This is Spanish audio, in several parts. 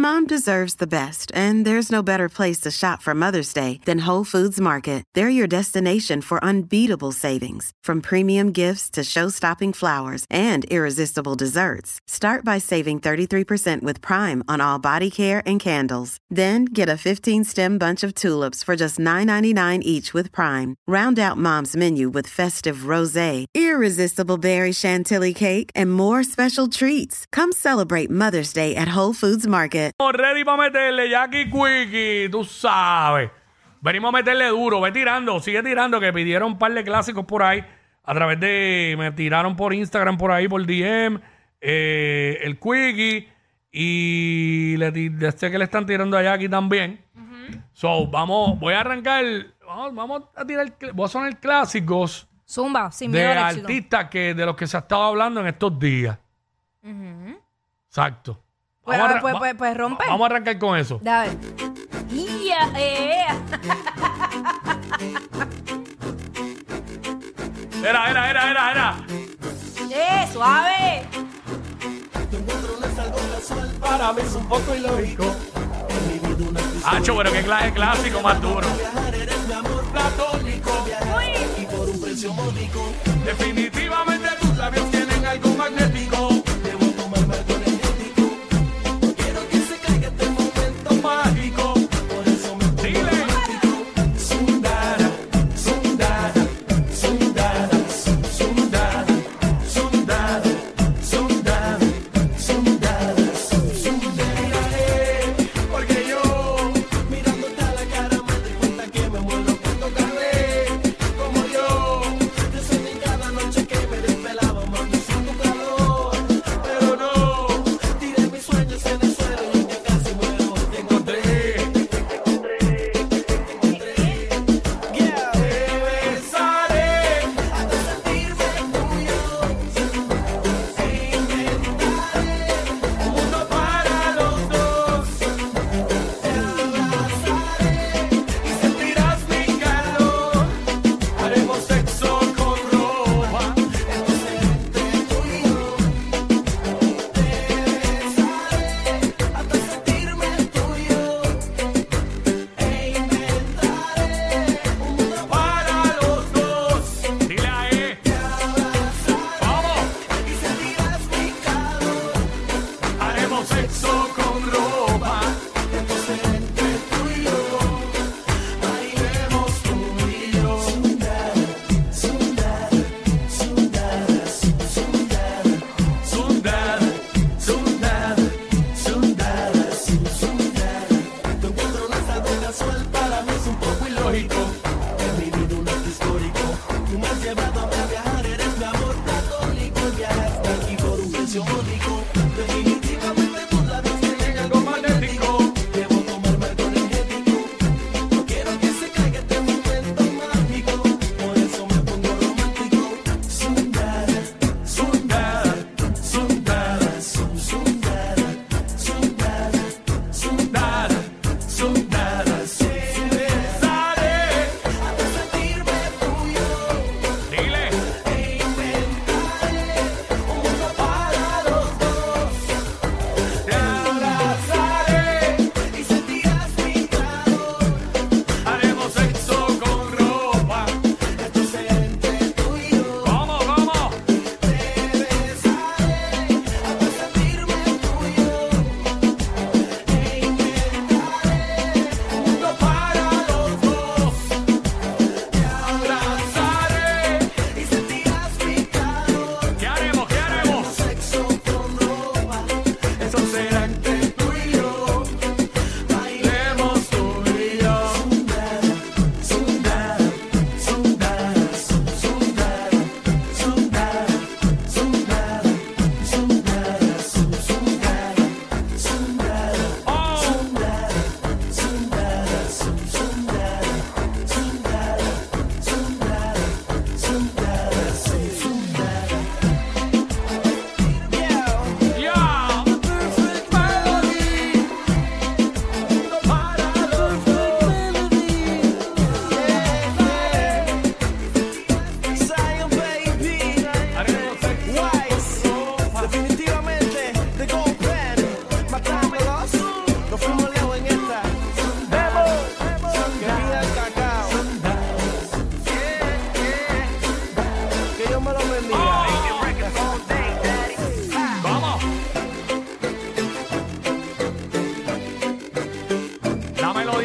Mom deserves the best, and there's no better place to shop for Mother's Day than Whole Foods Market. They're your destination for unbeatable savings, from premium gifts to show-stopping flowers and irresistible desserts. Start by saving 33% with Prime on all body care and candles. Then get a 15-stem bunch of tulips for just $9.99 each with Prime. Round out Mom's menu with festive rosé, irresistible berry chantilly cake, and more special treats. Come celebrate Mother's Day at Whole Foods Market. Ready para meterle, Jackie Quickie, tú sabes. Venimos a meterle duro, ve tirando, sigue tirando, que pidieron un par de clásicos por ahí. A través de, me tiraron por Instagram, por ahí, por DM, el Quickie. Y sé que le están tirando a Jackie también. So, voy a arrancar, vamos a tirar, voy a sonar clásicos. Zumba, sin de miedo, artistas de los que se ha estado hablando en estos días. Exacto. Pues rompe. Vamos a arrancar con eso. Dale. Era. Suave. Para mí es un poco ilógico. Hacho, pero qué clase clásico más duro. Eres mi amor platónico. Y por un precio módico. Definitivamente tus labios tienen algo magnético. Debo tomarme algo energético. Quiero que se caiga este momento mágico. Por eso me dile. Sundara, sundara, sundara, sundara, sundara, sundara, sundara, sundara. Porque yo, mirándote a la cara, me doy cuenta que me muero por tocarle. Como yo, te soñé cada noche que me desvelaba, mami.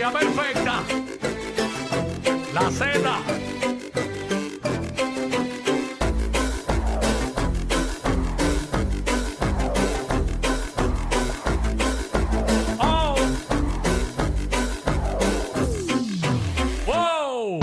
melodía perfecta. La Z. Oh. Wow.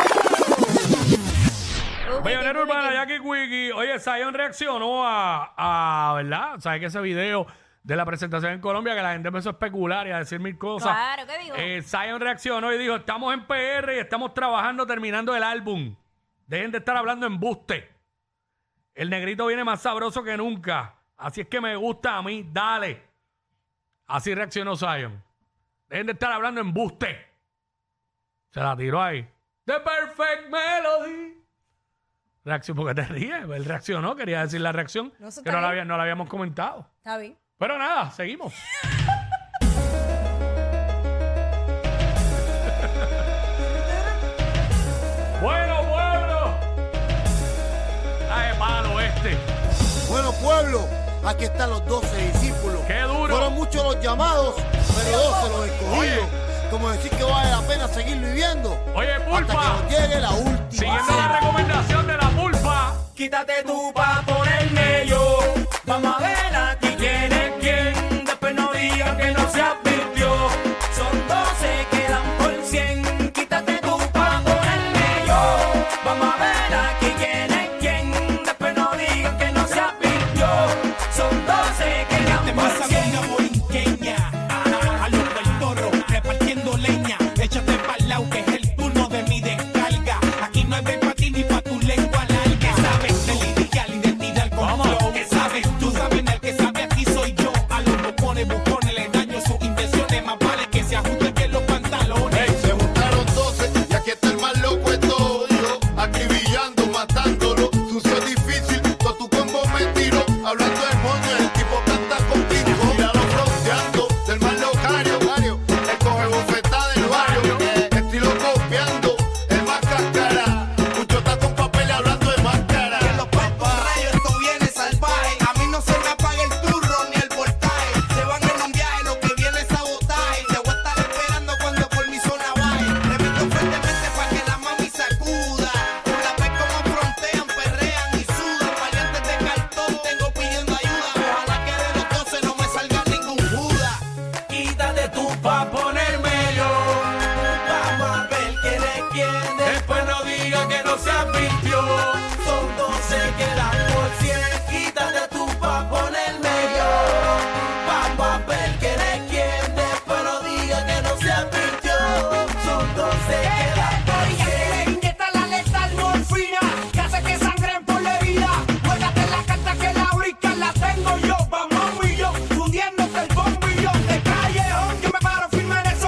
Bellonera Urbana, Jackie Quickie. Oye, Zion reaccionó a ¿verdad? ¿Sabes que ese video de la presentación en Colombia, que la gente empezó a especular y a decir mil cosas? Claro, ¿qué dijo? Zion reaccionó y dijo, estamos en PR y estamos trabajando terminando el álbum. Dejen de estar hablando embuste. El negrito viene más sabroso que nunca. Así es que me gusta a mí, dale. Así reaccionó Zion. Dejen de estar hablando embuste. Se la tiró ahí. The Perfect Melody. Reacción, porque te ríes. Él reaccionó, quería decir la reacción, No, eso que está no la habíamos comentado. Está bien. Pero nada, seguimos. Bueno, pueblo. Ay, palo este. Bueno, pueblo, aquí están los 12 discípulos. ¡Qué duro! Fueron muchos los llamados, pero 12 los escogidos. Oye. Como decir que vale la pena seguir viviendo. Oye, hasta Pulpa. que nos llegue la última. Siguiendo la recomendación de la Pulpa. Quítate tú pa' ponerme yo. Vamos a ver aquí quién es quién. Después no digan que no se advirtió. Son 12, quedan por 100. Quítate tú pa' ponerme yo. Vamos a ver aquí quién es quién. Después no digan que no se advirtió. Son 12, quedan por 100. Borinqueña, a los del toro, repartiendo leña. Échate pa'l lado que es el turno de mi descarga. Aquí no hay ven pa' ti ni pa' tu lengua larga. ¿Sabes? De lidiar la identidad con flow. ¿Qué sabes? Tú sabes, el que sabe aquí soy yo. A los bucones le daño sus intenciones. Más vale que se ajusten que los pantalones. Se juntaron 12 y aquí está el más loco de todo. Acribillando, matándolo. Sucio difícil, con tu combo me tiro. Hablando del moño, el tipo canta contigo. Míralo fronteando, del más locario. El coge bofetada del barrio. Estilo copiando, el más cáscara. Mucho está con papel hablando de máscara. Los rayos, esto viene salvaje. A mí no se me apaga el turro ni el voltaje. Se van en un viaje, lo que viene es sabotaje. Te voy a estar esperando cuando por mi zona baje. Te meto fuertemente pa' que la mami sacuda. Tú la ves como frontean, perrean y sudan. Variantes de cartón, tengo pidiendo ayuda. Ojalá que de los 12 no me salga ningún Judas. Quítate tú pa' ponerme yo. Vamos a ver quién es quién. Después no diga que no se advirtió. Son 12, quedan por 100. Quítate tú pa' ponerme yo. Vamos a ver quién es quién. Después no diga que no se advirtió. Son 12, quedan por 100. Inyecta la letal morfina que hace que sangren por la herida. Juégate la carta que la brinca la tengo yo. Vamos un millón, fundiéndote el bombillón de callejón. Yo me paro firme en ese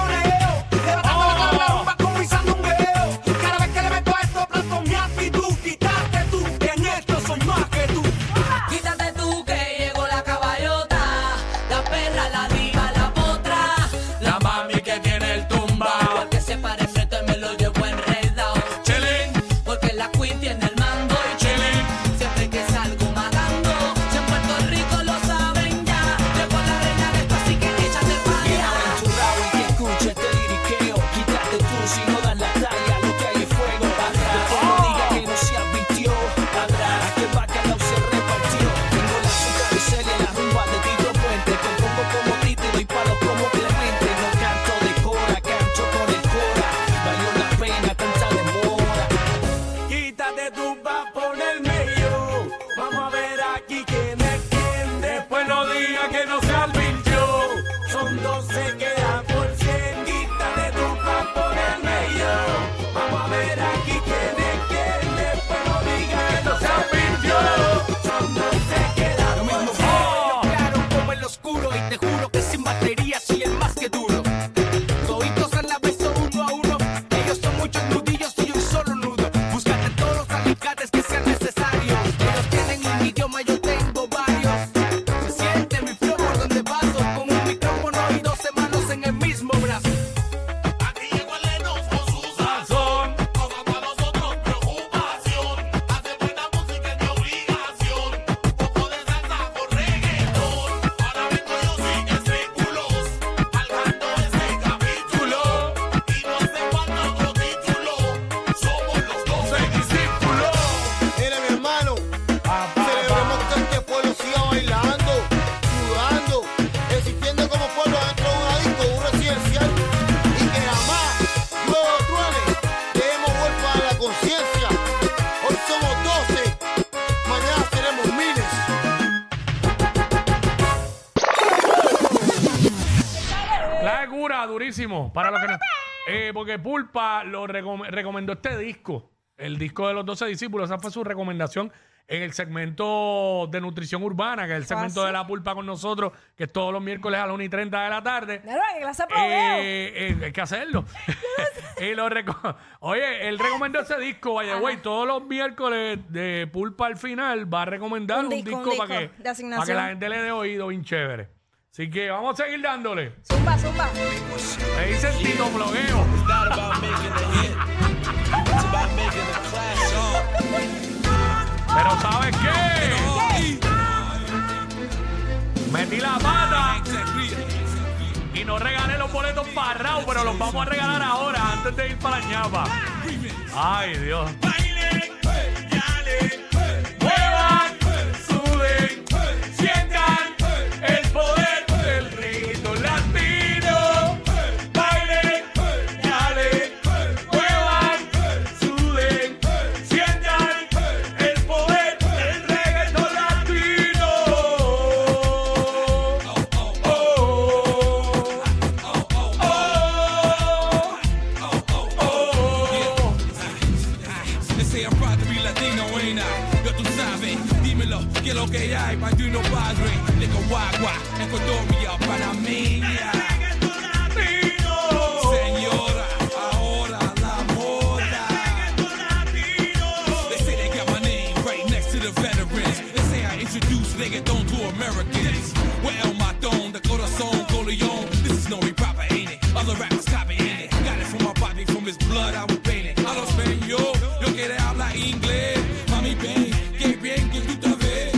La cura, durísimo. Para los que no. Porque Pulpa lo recomendó este disco. El disco de los 12 discípulos. Esa fue su recomendación en el segmento de nutrición urbana, que es el segmento de la Pulpa con nosotros, que es todos los miércoles a las 1:30 de la tarde. Claro, ¿qué clase de proveo? Hay que hacerlo. Oye, él recomendó ese disco, vaya, güey. Todos los miércoles de Pulpa al final va a recomendar un disco para que la gente le dé oído bien chévere. Así que vamos a seguir dándole. Zumba. Me dice el Tito Blogueo. Pero ¿sabes qué? Metí la pata y no regalé los boletos para Raúl, pero los vamos a regalar ahora, antes de ir para la ñapa. Ay, Dios. Muevan, suden, sientan el poder del reggaetón latino. Bailen, yale, muevan, suden, sientan el poder del reggaetón latino. Que lo que hay, Padrino Padre, Nicaragua, Ecuadoria, Panameña. Señora, ahora la moda. They say they got my name right next to the veterans. They say I introduce reggaeton to Americans. Well, El Matón, the corazón, Coleon. This is no rap, ain't it? Other rappers copying it. Got it from my body, from his blood, I was painted. A los español, yo quiero hablar inglés. Mami, ven, que bien que tú te ves.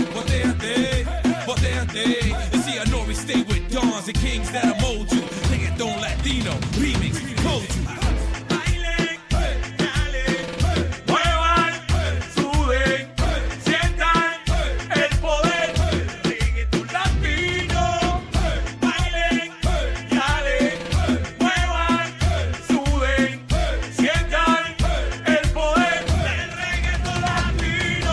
You see, I know we stay with dons and kings that'll mold you. Reggaeton Latino remix, told you. Bailen, dale, muevan, suden, sientan el poder del reggaeton latino. Bailen, dale, muevan, suden, sientan el poder del reggaeton latino.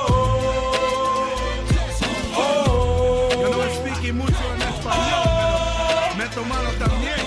Mucho en español, pero meto mano también.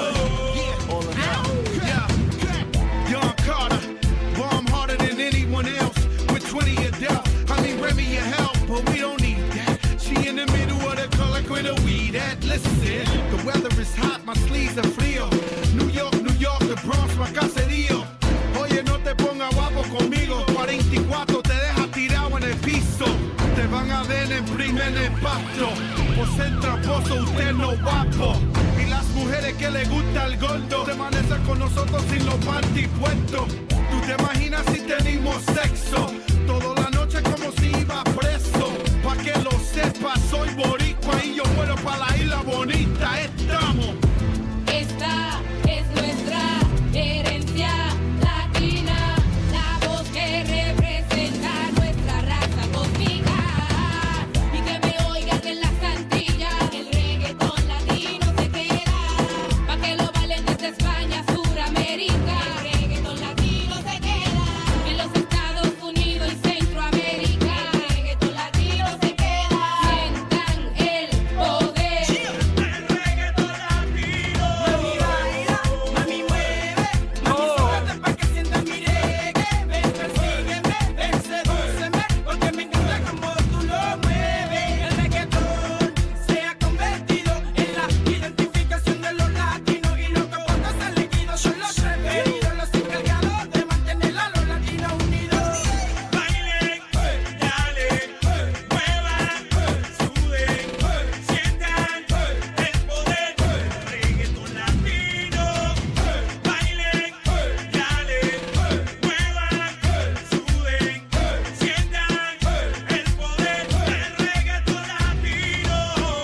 Young Carter, bomb harder than anyone else. With 20 of death, I mean Remy your help, but we don't need that. She in the middle of the color with a weed at. Listen, the weather is hot, my sleeves are frío. New York, the Bronx, my caserío. Oye, no te pongas guapo conmigo. 44 te deja tirado en el piso. Te van a ver en primer impacto. Por ser tramposo, usted no guapo. Y las mujeres que le gusta el gordo permanecen con nosotros sin los panty puestos. Tú te imaginas si tenemos sexo toda la noche como si iba preso. Pa' que lo sepas, soy boricua y yo vuelo pa' la isla bonita. Estamos. Esta es nuestra herencia latina, la voz que representa nuestra raza cósmica. Y que me oigan en las Antillas, el reggaetón latino se queda, pa' que lo bailen desde España, Suramérica. El reggaetón latino se queda en los Estados Unidos y Centroamérica. El reggaetón latino se queda. Sientan el poder. El reggaetón latino. Mami baila, mami mueve, mami súbete pa' que sientas mi reggae. Ven, persígueme, ven, sedúceme, porque me encanta como tú lo mueves. El reggaetón se ha convertido en la identificación de los latinos y los que cuando se elegidos son los preferidos, los encargados de mantener a los latinos unidos. Bailen, dale, muevan, suden, sientan el poder del reggaetón latino. Bailen, dale, muevan, suden, sientan el poder del reggaetón latino.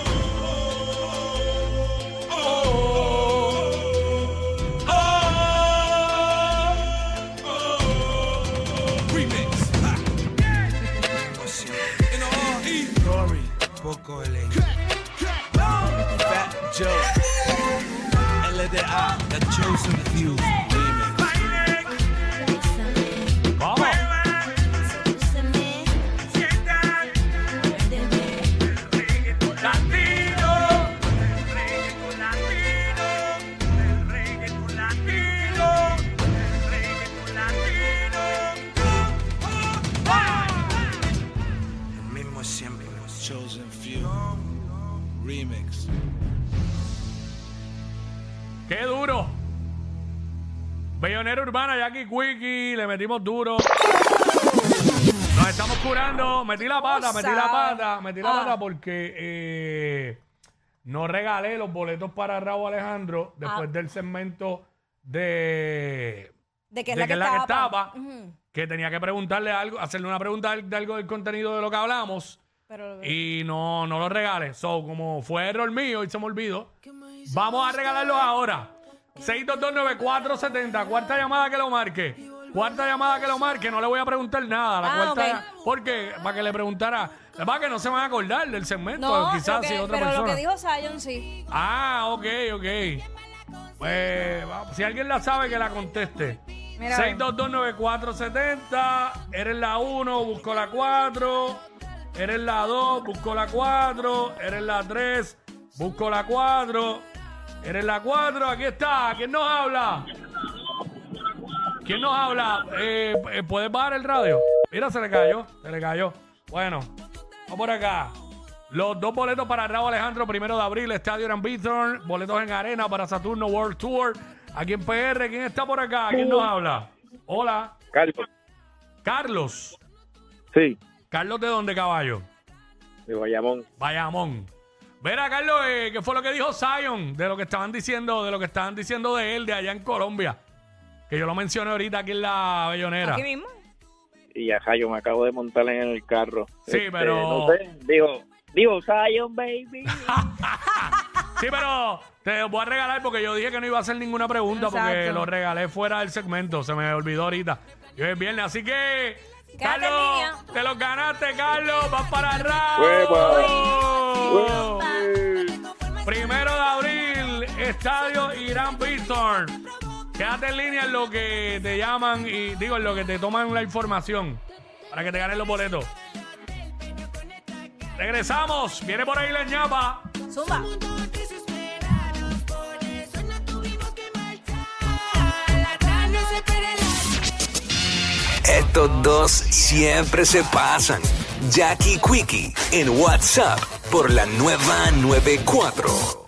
Remix. Rory, Poco L. Fat Joe. LDA, The Chosen Few. Remix. Vamos. Latino. Bellonera Urbana, Jackie Quickie, le metimos duro. Nos estamos curando. Metí la pata porque no regalé los boletos para Raúl Alejandro después del segmento de que es la que estaba. Que tenía que preguntarle algo, hacerle una pregunta de algo del contenido de lo que hablamos. Y no lo regalé. So, como fue error mío y se me olvidó, vamos a regalarlos ahora. 6229470. Cuarta llamada que lo marque. No le voy a preguntar nada. La cuarta, porque para que le preguntara, para que no se van a acordar del segmento. No, quizás si otra persona. Pero lo que dijo Zion sí. Ok. Pues, si alguien la sabe, que la conteste. 6229470. Eres la 1, busco la 4. Eres la 2, busco la 4. Eres la 3, busco la 4. Eres la 4, aquí está. ¿Quién nos habla? ¿Puedes bajar el radio? Mira, se le cayó. Bueno, vamos por acá. Los 2 boletos para Raúl Alejandro, 1 de abril, Estadio Irán Bithorn. Boletos en arena para Saturno World Tour. Aquí en PR. ¿Quién está por acá? ¿Quién nos habla? Hola. Carlos. Sí. ¿Carlos de dónde, caballo? De Bayamón. Verá, Carlos, ¿qué fue lo que dijo Zion de lo que estaban diciendo de él de allá en Colombia? Que yo lo mencioné ahorita aquí en la Bellonera. ¿Aquí mismo? Y ajá, yo me acabo de montar en el carro. Sí, pero... No sé, digo Zion, baby. Sí, pero te voy a regalar porque yo dije que no iba a hacer ninguna pregunta. Exacto. Porque lo regalé fuera del segmento. Se me olvidó ahorita. Y hoy es viernes, así que... Quédate Carlos, en línea. te los ganaste, Carlos. Vas para Raúl. 1 de abril, Estadio Irán Bithorn. Quédate en línea en lo que te llaman y en lo que te toman la información para que te ganen los boletos. Regresamos. Viene por ahí la ñapa. Zumba. Estos dos siempre se pasan. Jackie Quickie en WhatsApp por la nueva 94.